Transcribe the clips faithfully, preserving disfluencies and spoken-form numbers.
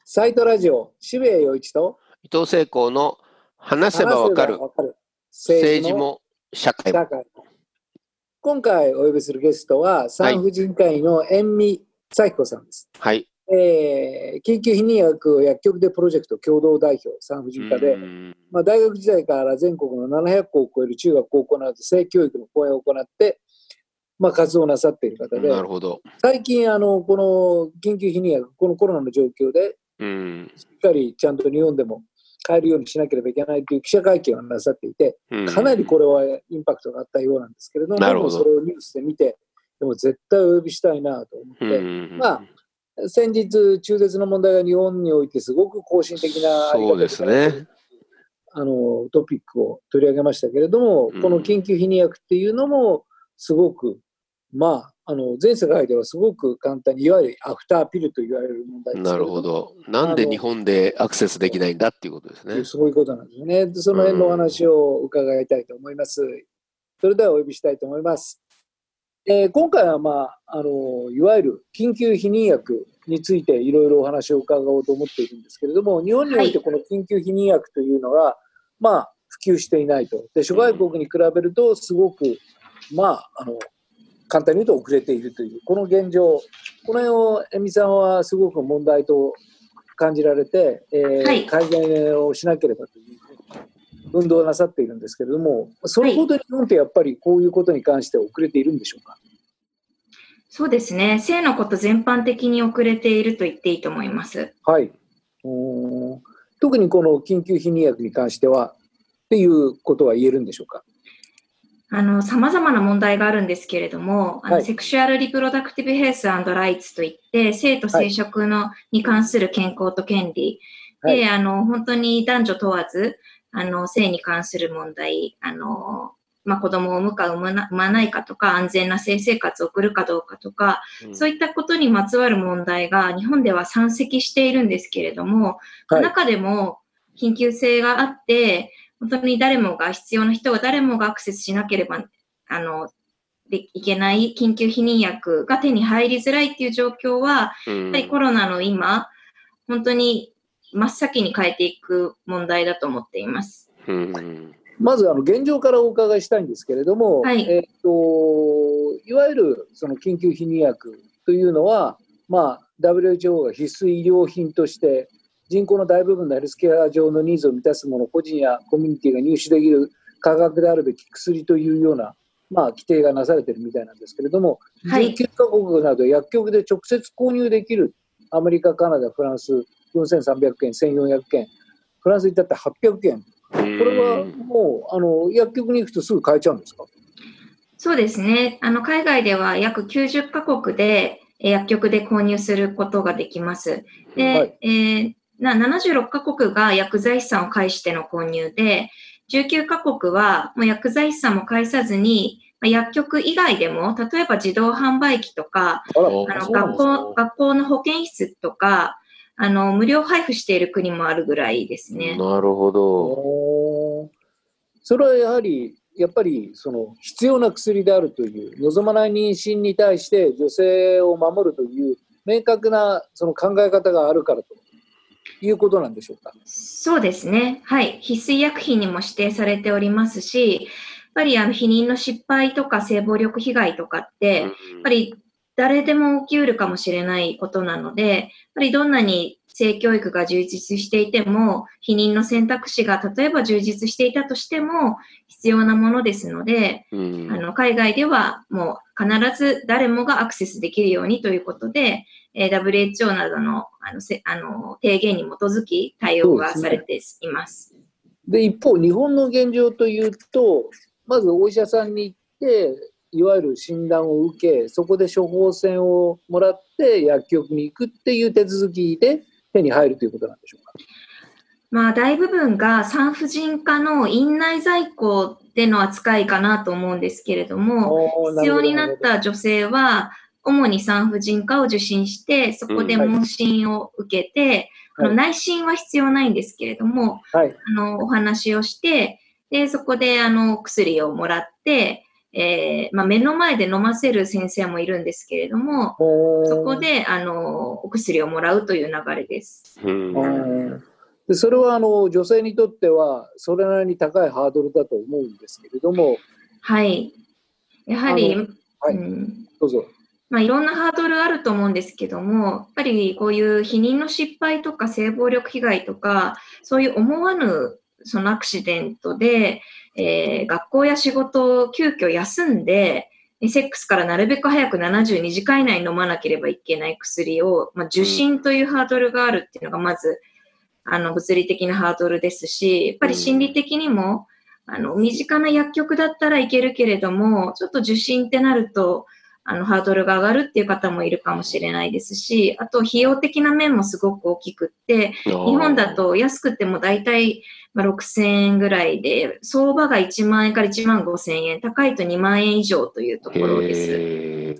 サイトラジオ、渋谷陽一と伊藤聖光の話せばわかる政治も社会も。 今回お呼びするゲストは産婦人科医の遠見咲子さんです。 はい。 えー、緊急避妊薬薬局でプロジェクト共同代表、産婦人科で、まあ、大学時代から全国のななひゃくこを超える中学高校など性教育の講演を行って、まあ、活動なさっている方で、 なるほど。 最近あのこの緊急避妊薬、このコロナの状況でうんしっかりちゃんと日本でも買えるようにしなければいけないという記者会見をなさっていて、かなりこれはインパクトがあったようなんですけれども、僕もそれをニュースで見て、でも絶対お呼びしたいなと思って、まあ、先日、中絶の問題が日本においてすごく更新的なあり方で、 そうですね、 あのトピックを取り上げましたけれども、この緊急避妊薬っていうのもすごく、まあ、あの全世界ではすごく簡単に、いわゆるアフターピルと言われる問題ですけれども。なるほど。 なんで日本でアクセスできないんだっていうことですね。 そういうことなんですね。その辺のお話を伺いたいと思います。それではお呼びしたいと思います。えー、今回は、まあ、あのいわゆる緊急避妊薬についていろいろお話を伺おうと思っているんですけれども、日本においてこの緊急避妊薬というのが、まあ、普及していないと。で、諸外国に比べるとすごく、まあ、あの簡単に言うと遅れているというこの現状、この辺を遠見さんはすごく問題と感じられて、えーはい、改善をしなければという運動をなさっているんですけれども、それほど日本ってやっぱりこういうことに関して遅れているんでしょうか。 そうですね、性のこと全般的に遅れていると言っていいと思います。 はい。おー、特にこの緊急避妊薬に関してはっていうことは言えるんでしょうか。 あの様々な問題があるんですけれども、あの、はい、セクシュアルリプロダクティブヘルス&ライツといって性と生殖の、はい、に関する健康と権利で、はい、あの本当に男女問わずあの性に関する問題、あの、まあ、子供を産むか産まないかとか安全な性生活を送るかどうかとか、うん、そういったことにまつわる問題が日本では山積しているんですけれども、はい、中でも緊急性があって本当に誰もが、必要な人が誰もがアクセスしなければあのでいけない緊急避妊薬が手に入りづらいっていう状況は、うん、やっぱりコロナの今、本当に真っ先に変えていく問題だと思っています。 うん、まずあの現状からお伺いしたいんですけれども、はい、えー、といわゆるその緊急避妊薬というのは、まあ、ダブリューエイチオー が必須医療品として人口の大部分のヘルスケア上のニーズを満たすもの、個人やコミュニティが入手できる価格であるべき薬というような、まあ、規定がなされているみたいなんですけれども、はい、じゅうきゅうカ国など薬局で直接購入できるアメリカ、カナダ、フランスよんせんさんびゃくけん、せんよんひゃくけん、フランスに至ってはっぴゃくけん、これはもうあの薬局に行くとすぐ買えちゃうんですか？ そうですね、あの海外では約きゅうじゅっカ国で薬局で購入することができます。で、はい、えーなななじゅうろっカ国が薬剤師さんを介しての購入で、じゅうきゅうカ国はもう薬剤師さんも介さずに、薬局以外でも、例えば自動販売機とか、あの学校、学校の保健室とか、あの無料配布している国もあるぐらいですね。 なるほど。 それはやはり、やっぱりその必要な薬であるという、望まない妊娠に対して女性を守るという明確なその考え方があるからということなんでしょうか。 そうですね。はい。必須医薬品にも指定されておりますし、やっぱりあの避妊の失敗とか性暴力被害とかって、やっぱり誰でも起きうるかもしれないことなので、やっぱりどんなに性教育が充実していても、避妊の選択肢が例えば充実していたとしても必要なものですので、あの海外ではもう必ず誰もがアクセスできるようにということで、ダブリューエイチオー などのあのせあの提言に基づき対応がされています。 で、一方、日本の現状というと、まずお医者さんに行って、いわゆる診断を受け、そこで処方箋をもらって薬局に行くっていう手続きで手に入るということなんでしょうか。 まあ、大部分が産婦人科の院内在庫での扱いかなと思うんですけれども、必要になった女性は、主に産婦人科を受診して、そこで問診を受けて、うん、はい、あの内診は必要ないんですけれども、はい、あのお話をして、でそこであの薬をもらって、 えーまあ、目の前で飲ませる先生もいるんですけれども、そこであのお薬をもらうという流れです。 うんでそれはあの女性にとってはそれなりに高いハードルだと思うんですけれども、 はい、やはり、 はい、うん、どうぞ。 まあ、いろんなハードルあると思うんですけども、やっぱりこういう避妊の失敗とか性暴力被害とか、そういう思わぬそのアクシデントで、えー、学校や仕事を急遽休んで、セックスからなるべく早くななじゅうにじかん以内に飲まなければいけない薬を、まあ、受診というハードルがあるっていうのがまず、あの物理的なハードルですし、やっぱり心理的にも、あの身近な薬局だったらいけるけれども、ちょっと受診ってなると、あのハードルが上がるっていう方もいるかもしれないですし、あと費用的な面もすごく大きくって、日本だと安くてもだいたいろくせんえんぐらいで、相場がいちまんえんからいちまんごせんえん、高いとにまんえん以上というところです。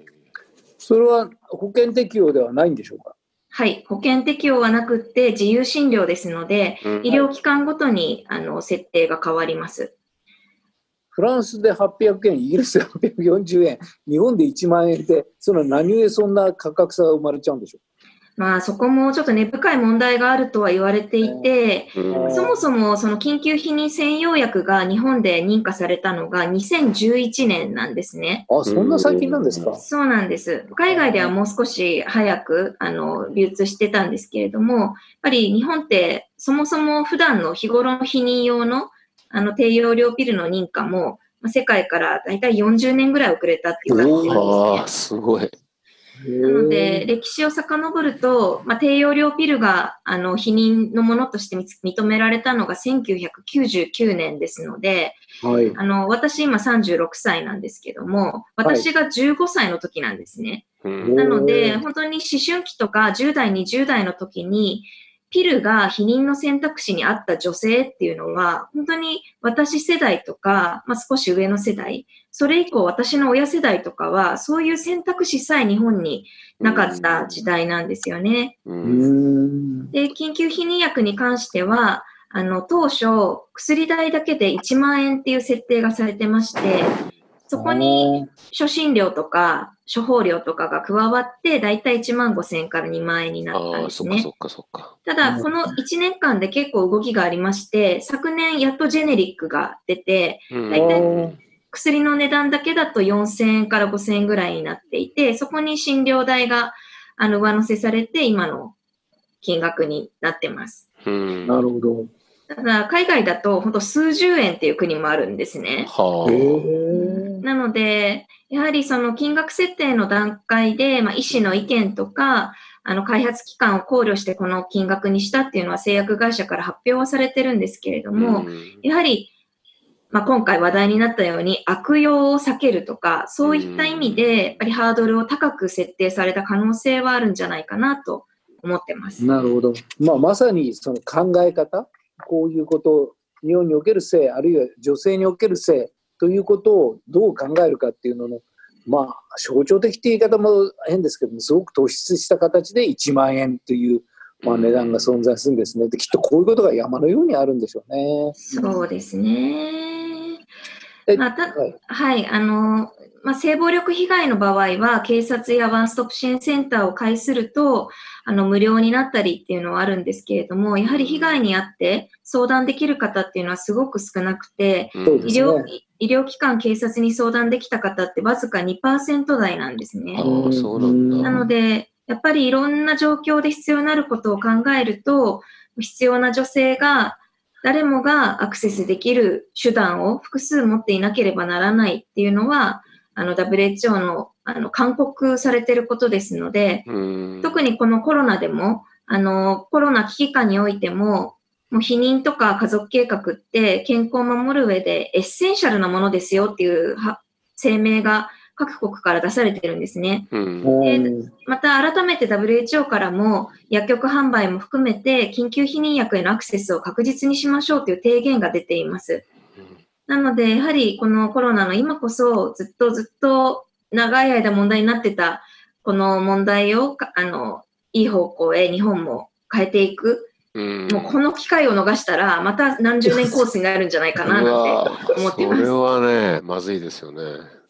それは保険適用ではないんでしょうか？ はい、保険適用はなくって自由診療ですので、うん、医療機関ごとにあの設定が変わります。 フランスではっぴゃくえん、イギリスではっぴゃくよんじゅうえん、日本でいちまんえんって、その何故そんな価格差が生まれちゃうんでしょう？ まあそこもちょっと根深い問題があるとは言われていて、うん、そもそもその緊急避妊専用薬が日本で認可されたのがにせんじゅういちねんなんですね。 あ、そんな最近なんですか？ そうなんです。海外ではもう少し早くあの流通してたんですけれども、やっぱり日本ってそもそも普段の日頃の避妊用のあの低用量ピルの認可も世界からだいたいよんじゅうねんぐらい遅れたって言われてるんですね。 ああ、すごい。 なので、歴史を遡ると、まあ、低用量ピルがあの避妊のものとして認められたのがせんきゅうひゃくきゅうじゅうきゅうねんですので、はい、あの私今さんじゅうろくさいなんですけども、私がじゅうごさいの時なんですね。はい、なので、本当に思春期とかじゅう代、にじゅう代の時に、ピルが避妊の選択肢にあった女性っていうのは、本当に私世代とか、まあ、少し上の世代、それ以降私の親世代とかは、そういう選択肢さえ日本になかった時代なんですよね。で、緊急避妊薬に関しては、あの、当初、薬代だけでいちまんえんっていう設定がされてまして、そこに初診料とか処方料とかが加わって、だいたいいちまんごせんえんからにまんえんになったんですね。 そっかそっかそっか。 ただ、このいちねんかんで結構動きがありまして、昨年やっとジェネリックが出て、だいたい薬の値段だけだとよんせんえんからごせんえんぐらいになっていて、そこに診療代があの上乗せされて、今の金額になってます。 うん、なるほど。 ただ、海外だと本当数十円っていう国もあるんですね。はあ、なので、やはりその金額設定の段階で、まあ、医師の意見とか、あの開発期間を考慮してこの金額にしたっていうのは製薬会社から発表はされてるんですけれども、うん、やはり、まあ、今回話題になったように悪用を避けるとか、そういった意味で、やっぱりハードルを高く設定された可能性はあるんじゃないかなと思ってます。 なるほど。まあ、まさにその考え方、こういうことを日本における性、あるいは女性における性ということをどう考えるかっていうのの、まあ、象徴的って言い方も変ですけども、すごく突出した形でいちまんえんという、まあ、値段が存在するんですね。で、きっとこういうことが山のようにあるんでしょうね。 そうですね。まあ、たはい、はい、あの、まあ、性暴力被害の場合は、警察やワンストップ支援センターを介すると、あの、無料になったりっていうのはあるんですけれども、やはり被害に遭って相談できる方っていうのはすごく少なくて、うん、医療、医療機関、警察に相談できた方ってわずか にパーセント 台なんですね。 ああ、そうなんだ。 なので、やっぱりいろんな状況で必要になることを考えると、必要な女性が、誰もがアクセスできる手段を複数持っていなければならないっていうのは、あの ダブリューエイチオー の, あの勧告されていることですので、特にこのコロナでも、あのコロナ危機下においても、もう避妊とか家族計画って健康を守る上でエッセンシャルなものですよっていう声明が各国から出されてるんですね。でまた改めて ダブリューエイチオー からも薬局販売も含めて緊急避妊薬へのアクセスを確実にしましょうという提言が出ています。なので、やはりこのコロナの今こそずっとずっと長い間問題になってたこの問題をあのいい方向へ日本も変えていく。うんもうこの機会を逃したらまた何十年コースになるんじゃないかななんて思ってます。 それはね、まずいですよね。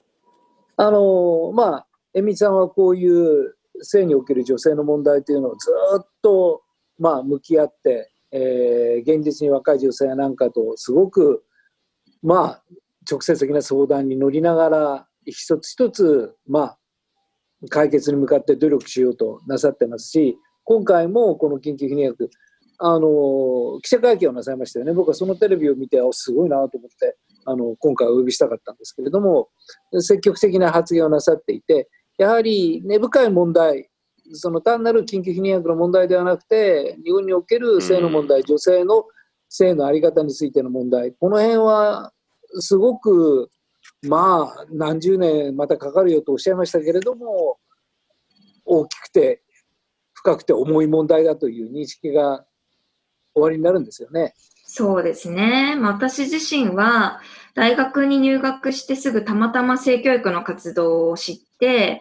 あのまあ遠見さんはこういう性における女性の問題というのをずっと、まあ、向き合って、えー、現実に若い女性なんかとすごく、まあ、直接的な相談に乗りながら一つ一つ、まあ、解決に向かって努力しようとなさってますし、今回もこの緊急避妊薬、あの記者会見をなさいましたよね。僕はそのテレビを見て、すごいなと思ってあの今回お呼びしたかったんですけれども、積極的な発言をなさっていて、やはり根深い問題、その単なる緊急避妊薬の問題ではなくて、日本における性の問題、女性の性の在り方についての問題、この辺はすごく、まあ、何十年またかかるよとおっしゃいましたけれども、大きくて深くて重い問題だという認識が終わりになるんですよね。 そうですね。まあ、私自身は大学に入学してすぐたまたま性教育の活動を知って、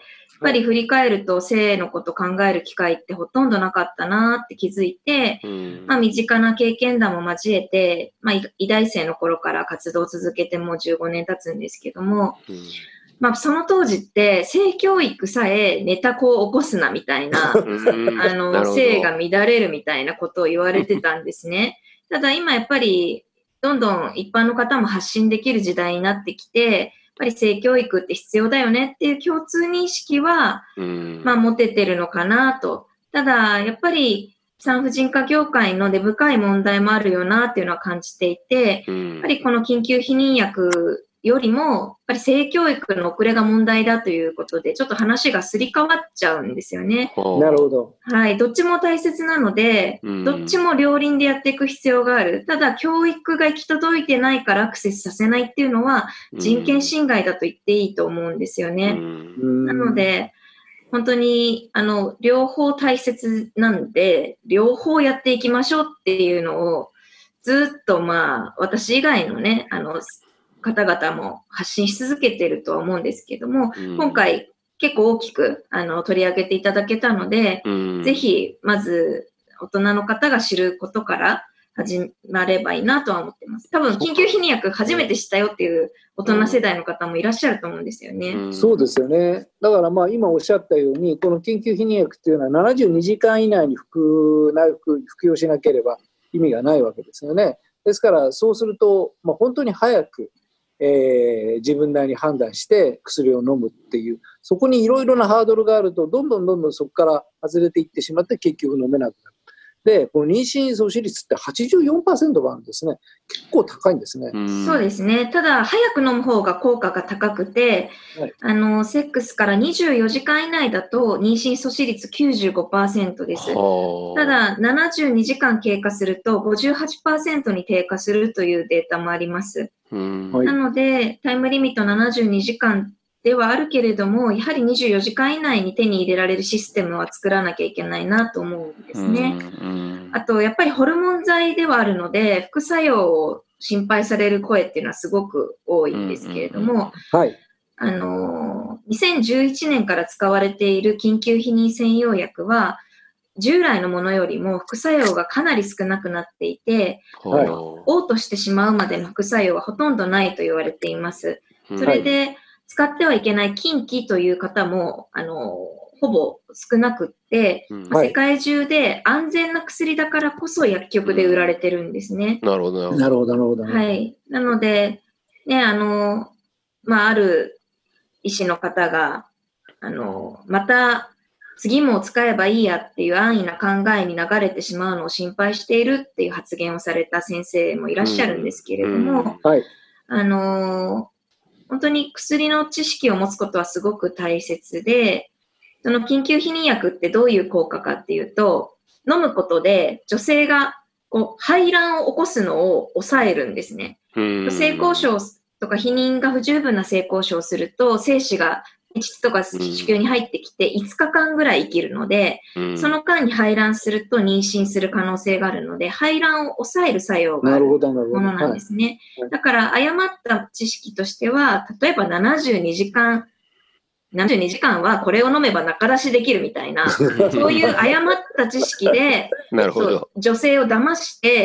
やっぱり振り返ると性のこと考える機会ってほとんどなかったなって気づいて、うん、まあ、身近な経験談も交えて、まあ、医大生の頃から活動を続けてもうじゅうごねん経つんですけども、うん、まあ、その当時って性教育さえネタ子を起こすなみたいな、あの性が乱れるみたいなことを言われてたんですね。ただ今やっぱりどんどん一般の方も発信できる時代になってきて、やっぱり性教育って必要だよねっていう共通認識は、まあ、持ててるのかなと。ただやっぱり産婦人科業界の根深い問題もあるよなっていうのは感じていて、やっぱりこの緊急避妊薬よりも、やっぱり性教育の遅れが問題だということで、ちょっと話がすり替わっちゃうんですよね。 なるほど。 はい。どっちも大切なので、どっちも両輪でやっていく必要がある。ただ、教育が行き届いてないからアクセスさせないっていうのは、人権侵害だと言っていいと思うんですよね。なので、本当に、あの、両方大切なんで、両方やっていきましょうっていうのを、ずっとまあ、私以外のね、あの、方々も発信し続けているとは思うんですけども、うん、今回結構大きくあの取り上げていただけたので、うん、ぜひまず大人の方が知ることから始まればいいなとは思ってます。多分緊急避妊薬初めて知ったよっていう大人世代の方もいらっしゃると思うんですよね。 うん、そうですよね。だからまあ今おっしゃったように、この緊急避妊薬っていうのはななじゅうにじかん以内に服服用しなければ意味がないわけですよね。ですからそうすると、まあ、本当に早くえー、自分なりに判断して薬を飲むっていう、そこにいろいろなハードルがあると、どんどんどんどんそこから外れていってしまって結局飲めなくなる。で、この妊娠阻止率って はちじゅうよんパーセント もあるんですね。結構高いんですね。 そうですね。ただ、早く飲む方が効果が高くて、はい、あの、セックスからにじゅうよじかん以内だと妊娠阻止率 きゅうじゅうごパーセント です。ただ、ななじゅうにじかん経過すると ごじゅうはちパーセント に低下するというデータもあります。なので、タイムリミットななじゅうにじかんではあるけれども、やはりにじゅうよじかん以内に手に入れられるシステムは作らなきゃいけないなと思うんですね。あと、やっぱりホルモン剤ではあるので、副作用を心配される声っていうのはすごく多いんですけれども、 はい、 あの、にせんじゅういちねんから使われている緊急避妊専用薬は、従来のものよりも副作用がかなり少なくなっていて、はい、嘔吐してしまうまでの副作用はほとんどないと言われています。それで、はい使ってはいけない禁忌という方も、あの、ほぼ少なくって、うん、世界中で安全な薬だからこそ薬局で売られてるんですね。 うん、なるほど、 なるほど、なるほど。 はい。なので、ね、あの、まあ、ある医師の方が、あの、また次も使えばいいやっていう安易な考えに流れてしまうのを心配しているっていう発言をされた先生もいらっしゃるんですけれども、うんうんはい、あの、本当に薬の知識を持つことはすごく大切で、その緊急避妊薬ってどういう効果かっていうと、飲むことで女性がこう排卵を起こすのを抑えるんですね。性交渉とか避妊が不十分な性交渉をすると、精子が膣とか子宮に入ってきていつかかんぐらい生きるので、その間に排卵すると妊娠する可能性があるので、排卵を抑える作用があるものなんですね。だから誤った知識としては、例えばななじゅうにじかん、ななじゅうにじかんはこれを飲めば中出しできるみたいな、そういう誤った知識でなるほど女性を騙して、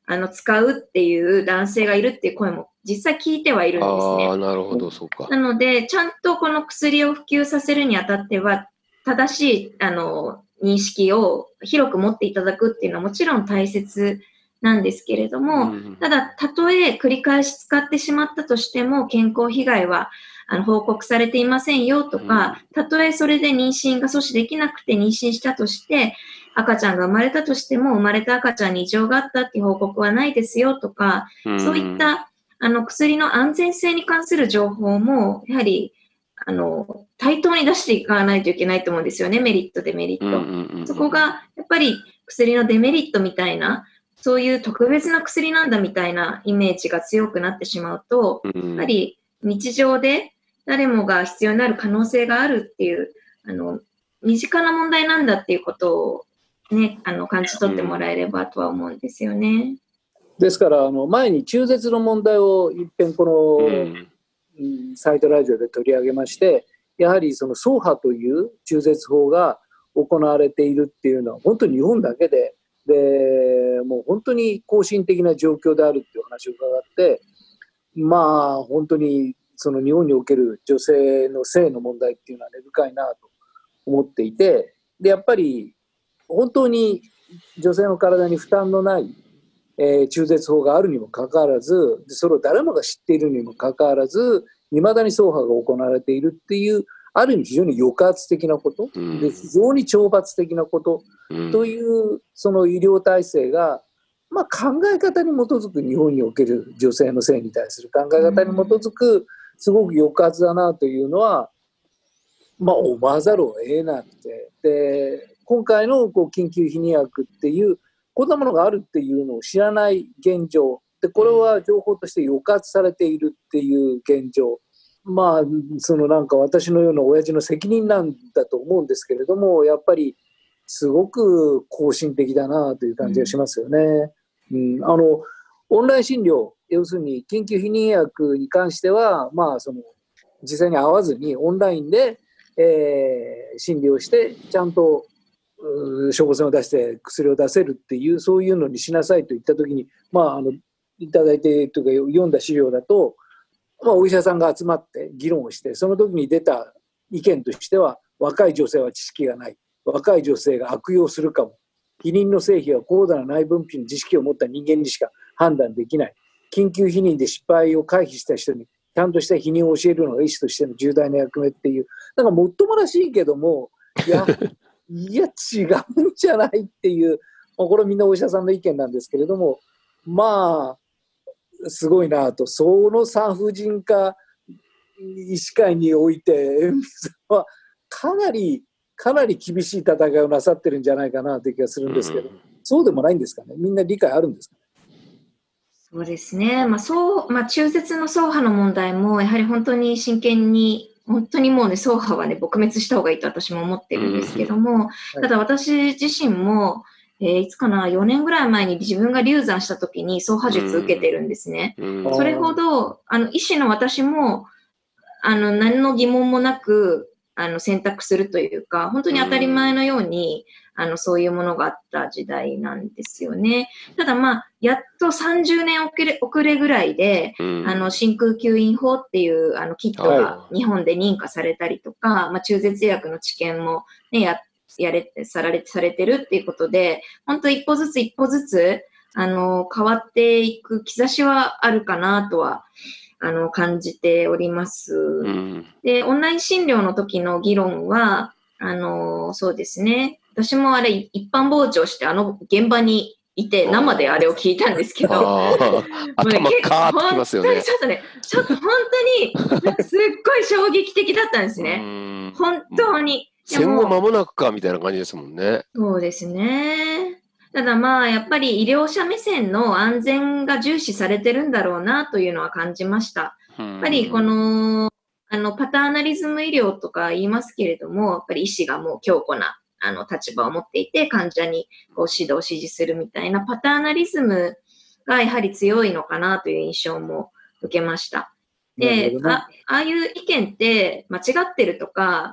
あの使うっていう男性がいるっていう声も実際聞いてはいるんですね。 ああ、なるほど、そうか。 なので、ちゃんとこの薬を普及させるにあたっては、正しいあの認識を広く持っていただくっていうのはもちろん大切なんですけれども、うん、ただ、たとえ繰り返し使ってしまったとしても、健康被害はあの報告されていませんよとか、たとえそれで妊娠が阻止できなくて妊娠したとして、赤ちゃんが生まれたとしても、生まれた赤ちゃんに異常があったっていう報告はないですよとか、うん、そういったあの薬の安全性に関する情報も、やはりあの対等に出していかないといけないと思うんですよね、メリット、デメリット。うんうんうん、そこがやっぱり薬のデメリットみたいな、そういう特別な薬なんだみたいなイメージが強くなってしまうと、うん、やはり日常で誰もが必要になる可能性があるっていう、あの身近な問題なんだっていうことを、ね、あの感じ取ってもらえればとは思うんですよね。うんですからあの前に中絶の問題を一遍この、うん、サイトラジオで取り上げまして、やはりその走破という中絶法が行われているっていうのは本当に日本だけで、でもう本当に後進的な状況であるっていう話を伺って、まあ本当にその日本における女性の性の問題っていうのは根深いなと思っていて、でやっぱり本当に女性の体に負担のないえー、中絶法があるにもかかわらず、それを誰もが知っているにもかかわらず、いまだに走破が行われているっていう、ある意味非常に抑圧的なこと、うん、で非常に懲罰的なこと、うん、というその医療体制が、まあ、考え方に基づく日本における女性の性に対する考え方に基づくすごく抑圧だなというのは、まあ、思わざるを得なくて、で今回のこう緊急避妊薬っていうこんなものがあるっていうのを知らない現状で、これは情報として抑圧されているっていう現状、まあそのなんか私のような親父の責任なんだと思うんですけれども、やっぱりすごく後進的だなという感じがしますよね。うんうん、あのオンライン診療、要するに緊急避妊薬に関しては、まあその実際に会わずにオンラインで、えー、診療してちゃんと処方箋を出して薬を出せるっていう、そういうのにしなさいと言ったときに、まあ、あのいただいてというか読んだ資料だと、まあ、お医者さんが集まって議論をして、その時に出た意見としては、若い女性は知識がない、若い女性が悪用するかも、避妊の成否は高度な内分泌の知識を持った人間にしか判断できない、緊急避妊で失敗を回避した人にちゃんとした避妊を教えるのが医師としての重大な役目っていう、なんかもっともらしいけども、いやいや違うんじゃないっていう、これはみんなお医者さんの意見なんですけれども、まあすごいなと。その産婦人科医師会において塩見さんはかなりかなり厳しい戦いをなさってるんじゃないかなという気がするんですけど、うん、そうでもないんですかね。みんな理解あるんですかね。 そうですね、まあそうまあ、中絶の走破の問題もやはり本当に真剣に、本当にもうね、走破はね、撲滅した方がいいと私も思ってるんですけども、うん、ただ私自身も、えー、いつかな、よねんぐらい前に自分が流産した時に走破術受けてるんですね。うん、それほど、あの、医師の私も、あの、何の疑問もなく、あの、選択するというか、本当に当たり前のように、うん、あの、そういうものがあった時代なんですよね。ただまあ、やっとさんじゅうねん遅れ、遅れぐらいで、うん、あの、真空吸引法っていう、あの、キットが日本で認可されたりとか、はい、まあ、中絶薬の治験もね、や、やれ、され、されてるっていうことで、本当一歩ずつ一歩ずつ、あの、変わっていく兆しはあるかなとは、あの、感じております。うん、で、オンライン診療の時の議論は、あの、そうですね。私もあれ、一般傍聴して、あの現場にいて、生であれを聞いたんですけど、もうね、結構、本当にちょっとね、ちょっと本当に、なんかすっごい衝撃的だったんですね。本当に。 戦後間もなくか、みたいな感じですもんね。 そうですね。ただまあ、やっぱり医療者目線の安全が重視されてるんだろうなというのは感じました。やっぱりこの、あの、パターナリズム医療とか言いますけれども、やっぱり医師がもう強固な、あの、立場を持っていて、患者にこう指導、指示するみたいなパターナリズムがやはり強いのかなという印象も受けました。で、あ、ああいう意見って間違ってるとか、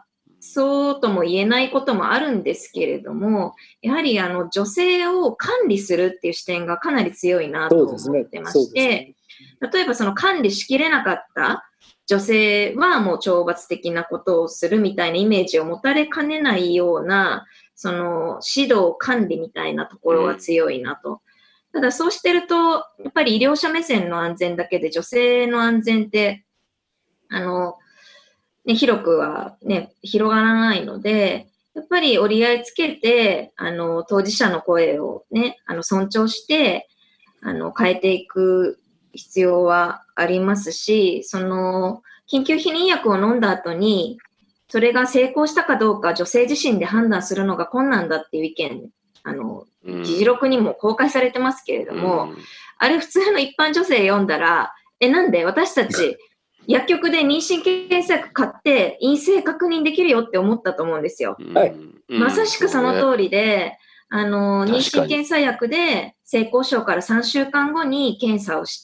そうとも言えないこともあるんですけれども、やはりあの女性を管理するっていう視点がかなり強いなと思ってまして、ねね、例えばその管理しきれなかった女性はもう懲罰的なことをするみたいなイメージを持たれかねないような、その指導管理みたいなところが強いなと。ただそうしてると、やっぱり医療者目線の安全だけで女性の安全って、あの、ね、広くはね、広がらないので、やっぱり折り合いつけて、あの、当事者の声をね、あの、尊重して、あの、変えていく必要はありますし、その、緊急避妊薬を飲んだ後に、それが成功したかどうか女性自身で判断するのが困難だっていう意見、あの、議事録にも公開されてますけれども、うん、あれ普通の一般女性読んだら、え、なんで私たち、薬局で妊娠検査薬買って陰性確認できるよって思ったと思うんですよ。 はい、 まさしくその通りで、あの、妊娠検査薬で性交渉からさんしゅうかんごに検査をして、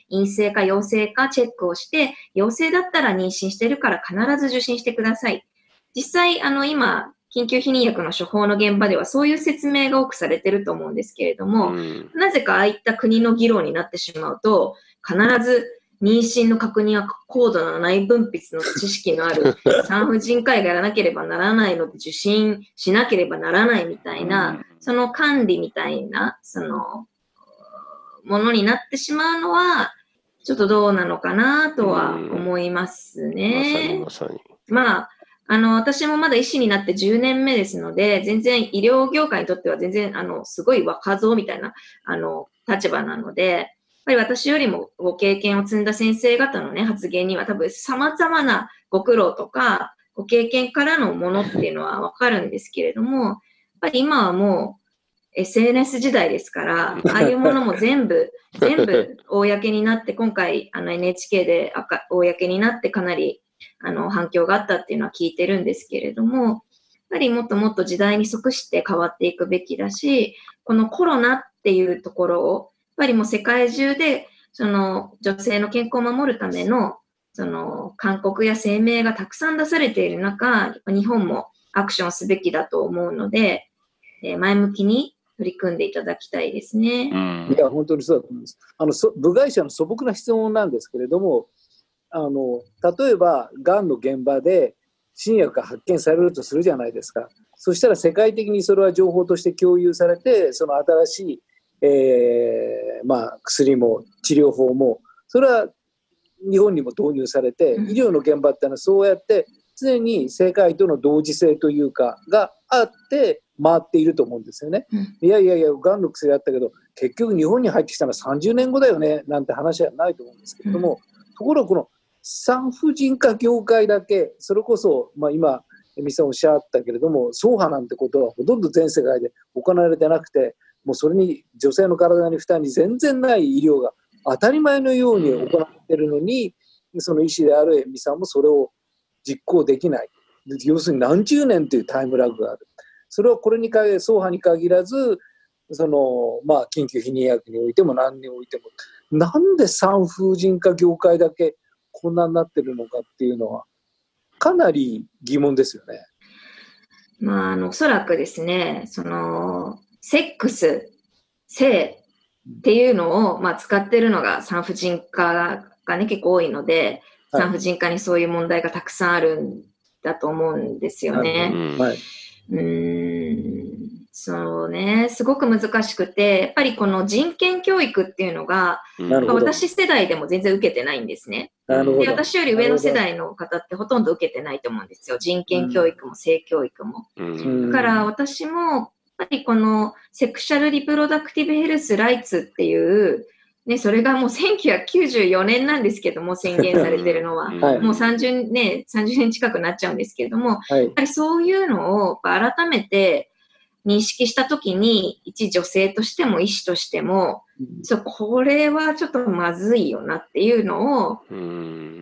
陰性か陽性かチェックをして、陽性だったら妊娠してるから必ず受診してください。実際、あの、今、緊急避妊薬の処方の現場ではそういう説明が多くされてると思うんですけれども、うん、なぜかああいった国の議論になってしまうと、必ず妊娠の確認は高度な内分泌の知識のある産婦人科医がやらなければならないので受診しなければならないみたいな、うん、その管理みたいな、その、ものになってしまうのは、ちょっとどうなのかなとは思いますね。 うん、まさにまさに。 まあ、あの、私もまだ医師になってじゅうねんめですので、全然医療業界にとっては全然、あの、すごい若造みたいな、あの、立場なので、やっぱり私よりもご経験を積んだ先生方のね、発言には多分様々なご苦労とか、ご経験からのものっていうのはわかるんですけれども、やっぱり今はもう エスエヌエス 時代ですから、ああいうものも全部、全部公になって、今回あの エヌエイチケー で公になってかなりあの反響があったっていうのは聞いてるんですけれども、やっぱりもっともっと時代に即して変わっていくべきだし、このコロナっていうところを、やっぱりもう世界中でその女性の健康を守るためのその勧告や声明がたくさん出されている中、日本もアクションすべきだと思うので、えー、前向きに取り組んでいただきたいですね。 うん、いや、本当にそうだと思います。あの、部外者の素朴な質問なんですけれども、あの、例えば、がんの現場で新薬が発見されるとするじゃないですか。そしたら世界的にそれは情報として共有されて、その新しい、えーまあ、薬も治療法も、それは日本にも導入されて、医療の現場ってのはそうやって常に世界との同時性というかがあって回っていると思うんですよね。いやいやいや、がんの薬あったけど結局日本に入ってきたのはさんじゅうねんごだよねなんて話はないと思うんですけれども、ところがこの産婦人科業界だけ、それこそ、まあ、今恵美さんおっしゃったけれども、走破なんてことはほとんど全世界で行われてなくて、もうそれに女性の体に負担に全然ない医療が当たり前のように行われているのに、その医師である恵美さんもそれを実行できない。要するに何十年というタイムラグがある。それはこれに限り、走破に限らず、そのまあ緊急避妊薬においても何においても、なんで産婦人科業界だけこんなになってるのかっていうのはかなり疑問ですよね。 まあ、あのおそらくですね、そのセックス、性っていうのを、まあ、使ってるのが産婦人科がね結構多いので、はい、産婦人科にそういう問題がたくさんあるんだと思うんですよね。 はい、 うーん、そうね、すごく難しくて、やっぱりこの人権教育っていうのが、私世代でも全然受けてないんですね。で、私より上の世代の方ってほとんど受けてないと思うんですよ。人権教育も性教育も。うん、だから私も、やっぱりこのセクシャルリプロダクティブヘルスライツっていう、ね、それがもうせんきゅうひゃくきゅうじゅうよねんなんですけども、宣言されてるのは。はい、もうさんじゅうねん、さんじゅうねん近くなっちゃうんですけれども、はい、やっぱりそういうのを改めて認識したときに、一女性としても医師としても、うん、そうこれはちょっとまずいよなっていうのを、うん、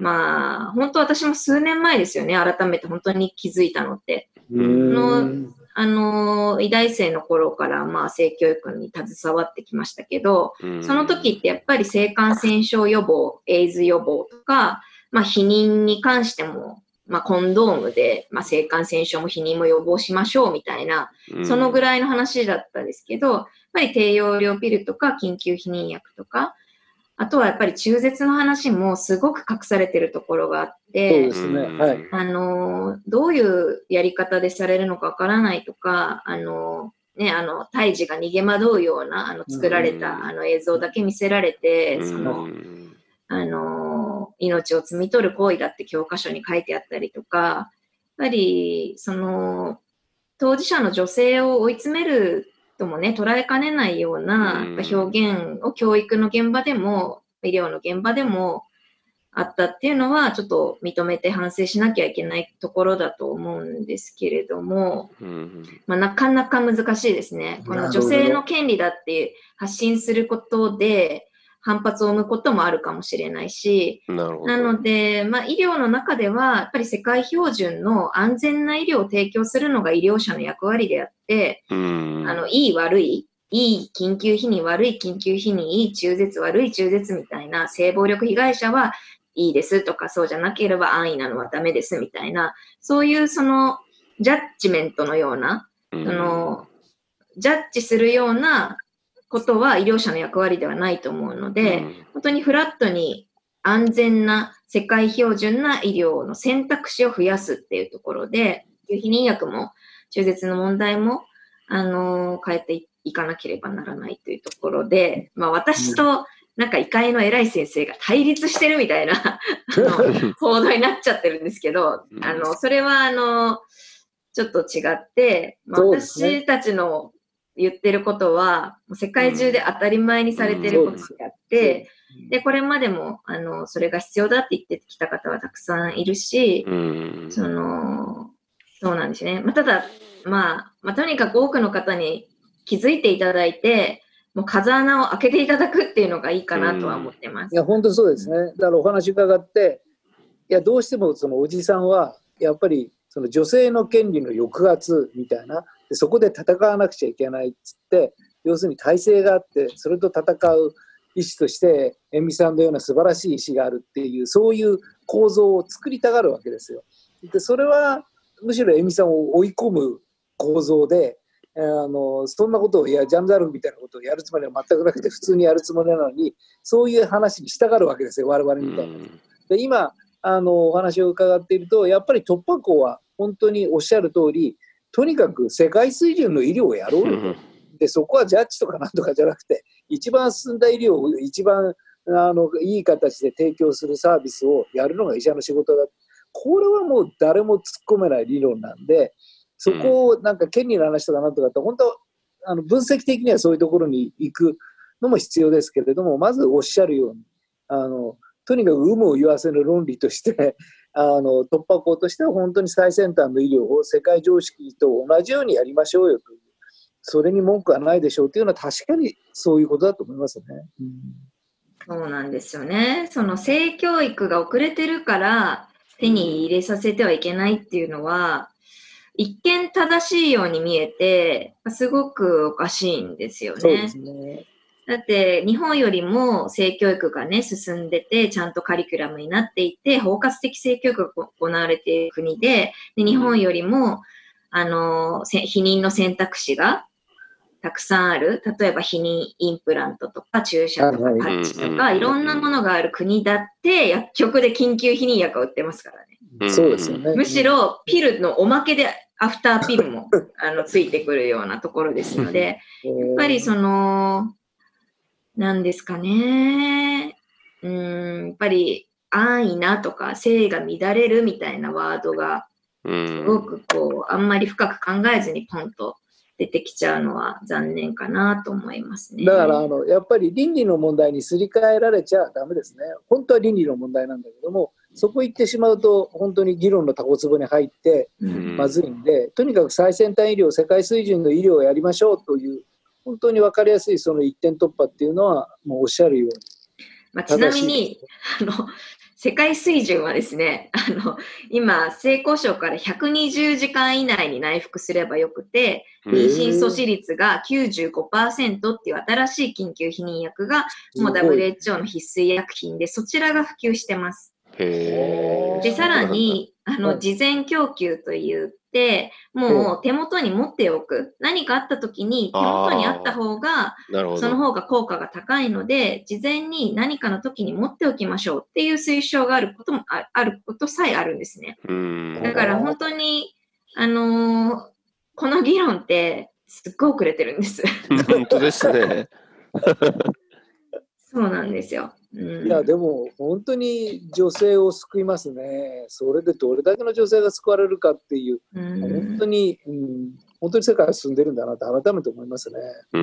まあ、本当私も数年前ですよね、改めて本当に気づいたのって。うんのあの、医大生の頃から、まあ、性教育に携わってきましたけど、その時ってやっぱり性感染症予防、エイズ予防とか、まあ、避妊に関しても、 まあ、コンドームで、まあ、性感染症も避妊も予防しましょうみたいな、そのぐらいの話だったんですけど、やっぱり低用量ピルとか緊急避妊薬とか、あとはやっぱり中絶の話もすごく隠されてるところがあって、 そうですね。はい。 あの、どういうやり方でされるのかわからないとか、あの、ね、あの、胎児が逃げ惑うような、あの、作られた、あの、映像だけ見せられて、その、あの、命を摘み取る行為だって教科書に書いてあったりとか、やっぱり、その、当事者の女性を追い詰めるともね、捉えかねないような表現を教育の現場でも、医療の現場でもあったっていうのは、ちょっと認めて反省しなきゃいけないところだと思うんですけれども、まあ、なかなか難しいですね。この女性の権利だって発信することで、反発を生むこともあるかもしれないし、なので、まあ、医療の中では、やっぱり世界標準の安全な医療を提供するのが医療者の役割であって、あの、いい悪い、いい緊急避妊、悪い緊急避妊、いい中絶、悪い中絶みたいな性暴力被害者はいいですとか、そうじゃなければ安易なのはダメですみたいな、そういうその、ジャッジメントのような、その、ジャッジするようなことは医療者の役割ではないと思うので、うん、本当にフラットに安全な世界標準な医療の選択肢を増やすっていうところで、避妊薬も中絶の問題も、あのー、変えていかなければならないというところで、まあ私となんか医会の偉い先生が対立してるみたいなあの報道になっちゃってるんですけど、あの、それはあの、ちょっと違って、まあ、私たちの言ってることは、世界中で当たり前にされてることであって、うん、で、これまでも、あの、それが必要だって言ってきた方はたくさんいるし、うん、その、そうなんですね。まあ、ただ、まあ、まあ、とにかく多くの方に気づいていただいて、もう風穴を開けていただくっていうのがいいかなとは思ってます。 うん、いや、本当そうですね。だからお話伺って、いや、どうしてもそのおじさんは、やっぱり、その女性の権利の抑圧みたいな、でそこで戦わなくちゃいけないっつって、要するに体制があって、それと戦う意思として、遠見さんのような素晴らしい意思があるっていう、そういう構造を作りたがるわけですよ。で、それはむしろ遠見さんを追い込む構造で、あのそんなことを、いや、ジャンヌ・ダルクみたいなことをやるつもりは全くなくて、普通にやるつもりなのに、そういう話に従うわけですよ、我々みたいな。で、今、あのお話を伺っていると、やっぱり突破口は本当におっしゃる通り、とにかく世界水準の医療をやろうよと。で、そこはジャッジとかなんとかじゃなくて、一番進んだ医療を一番あのいい形で提供するサービスをやるのが医者の仕事だ。これはもう誰も突っ込めない理論なんで、そこをなんか権利の話とかなんとかって本当あの分析的にはそういうところに行くのも必要ですけれども、まずおっしゃるように、あのとにかく有無を言わせぬ論理としてあの突破口としては本当に最先端の医療を世界常識と同じようにやりましょうよという、それに文句はないでしょうというのは確かにそういうことだと思いますね。うん、 そうなんですよね。その性教育が遅れてるから手に入れさせてはいけないっていうのは一見正しいように見えてすごくおかしいんですよね。 そうですね。 だって日本よりも性教育がね進んでてちゃんとカリキュラムになっていて包括的性教育が行われている国 で, で日本よりもあの避妊の選択肢がたくさんある、例えば避妊インプラントとか注射とかパッチとかいろんなものがある国だって薬局で緊急避妊薬を売ってますからね。 そうですよね。 むしろピルのおまけでアフターピルもあのついてくるようなところですのでやっぱりそのなんですかね。うーん、やっぱり安易なとか性が乱れるみたいなワードがすごくこうあんまり深く考えずにポンと出てきちゃうのは残念かなと思いますね。 だからあのやっぱり倫理の問題にすり替えられちゃダメですね。本当は倫理の問題なんだけども、そこ行ってしまうと本当に議論のタコツボに入ってまずいんで、うん、とにかく最先端医療、世界水準の医療をやりましょうという本当に分かりやすいその一点突破っていうのはもうおっしゃるように、 まあ、ちなみにあの世界水準はですね、あの今性交渉からひゃくにじゅうじかん以内に内服すればよくて妊娠阻止率が きゅうじゅうごパーセント っていう新しい緊急避妊薬がもう ダブリューエイチオー の必須医薬品でそちらが普及してます。 へー。 で、さらに、あの、 はい、 事前供給といって、もう手元に持っておく。何かあった時に手元にあった方が、その方が効果が高いので、事前に何かの時に持っておきましょうっていう推奨があることもあ、あることさえあるんですね。だから本当に、あのー、この議論ってすっごい遅れてるんです。 本当ですね。 そうなんですよ。うん、 いやでも本当に女性を救いますね。それでどれだけの女性が救われるかっていう、うん、本当に、うん、本当に世界が進んでるんだなと改めて思いますね。 うん、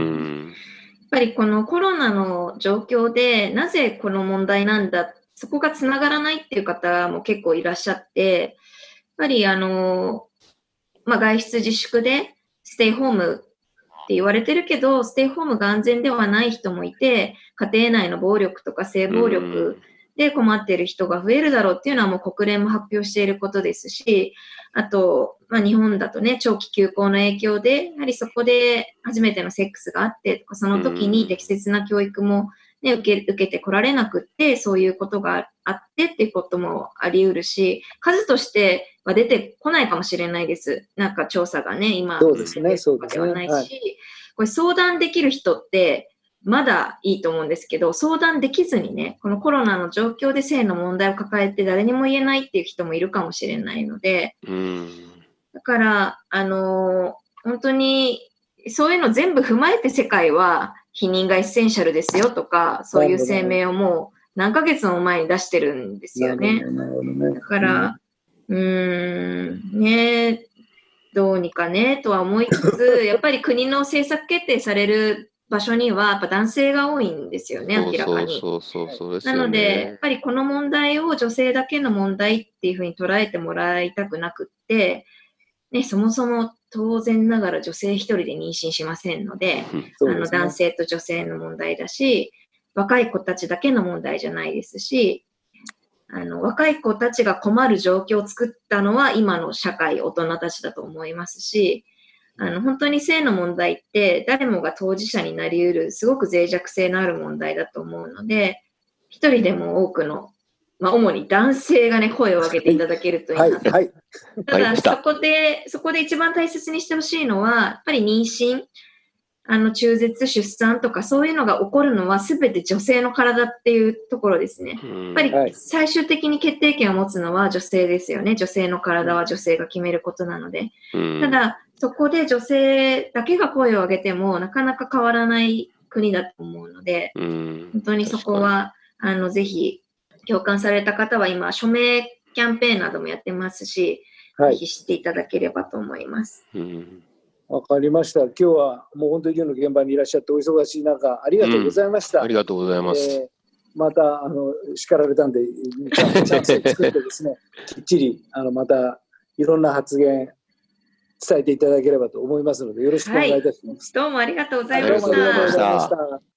やっぱりこのコロナの状況でなぜこの問題なんだ、そこがつながらないっていう方も結構いらっしゃって、やっぱりあの、まあ、外出自粛でステイホームって言われてるけど、ステイホームが安全ではない人もいて、家庭内の暴力とか性暴力で困っている人が増えるだろうっていうのはもう国連も発表していることですし、あと、まあ、日本だとね、長期休校の影響で、やはりそこで初めてのセックスがあってとか、その時に適切な教育も、ね、受け、受けてこられなくって、そういうことがあってっていうこともあり得るし、数としては出てこないかもしれないです。なんか調査がね、今、 そうですね、そうですね。 ではないし、これ相談できる人ってまだいいと思うんですけど、相談できずにね、このコロナの状況で性の問題を抱えて誰にも言えないっていう人もいるかもしれないので、 うん、 だから、あのー、本当にそういうの全部踏まえて世界は避妊がエッセンシャルですよとか、そういう声明をもう何ヶ月も前に出してるんですよね。だから、うーん、ね、どうにかね、とは思いつつ、やっぱり国の政策決定される場所には、やっぱ男性が多いんですよね、明らかに。 そうそうそうそうですよね。 なので、やっぱりこの問題を女性だけの問題っていうふうに捉えてもらいたくなくって、ね、そもそも当然ながら女性一人で妊娠しませんので、うん、あの男性と女性の問題だし、若い子たちだけの問題じゃないですし、あの若い子たちが困る状況を作ったのは今の社会、大人たちだと思いますし、あの本当に性の問題って誰もが当事者になり得るすごく脆弱性のある問題だと思うので、一人でも多くの、まあ、主に男性がね、声を上げていただけるといいなと。はいはい、ただ、そこで、そこで一番大切にしてほしいのは、やっぱり妊娠、あの中絶、出産とかそういうのが起こるのは全て女性の体っていうところですね。やっぱり最終的に決定権を持つのは女性ですよね。女性の体は女性が決めることなので。ただ、そこで女性だけが声を上げてもなかなか変わらない国だと思うので、本当にそこはあのぜひ共感された方は今署名キャンペーンなどもやってますし、はい、ぜひ知っていただければと思います。 うんわかりました。今日はもう本当に今日の現場にいらっしゃってお忙しい中ありがとうございました。 うん、ありがとうございます。えー、またあの叱られたんでチャンスを作ってですね、きっちりあのまたいろんな発言伝えていただければと思いますのでよろしくお願いいたします。 はい、どうもありがとうございました。 どうもありがとうございました。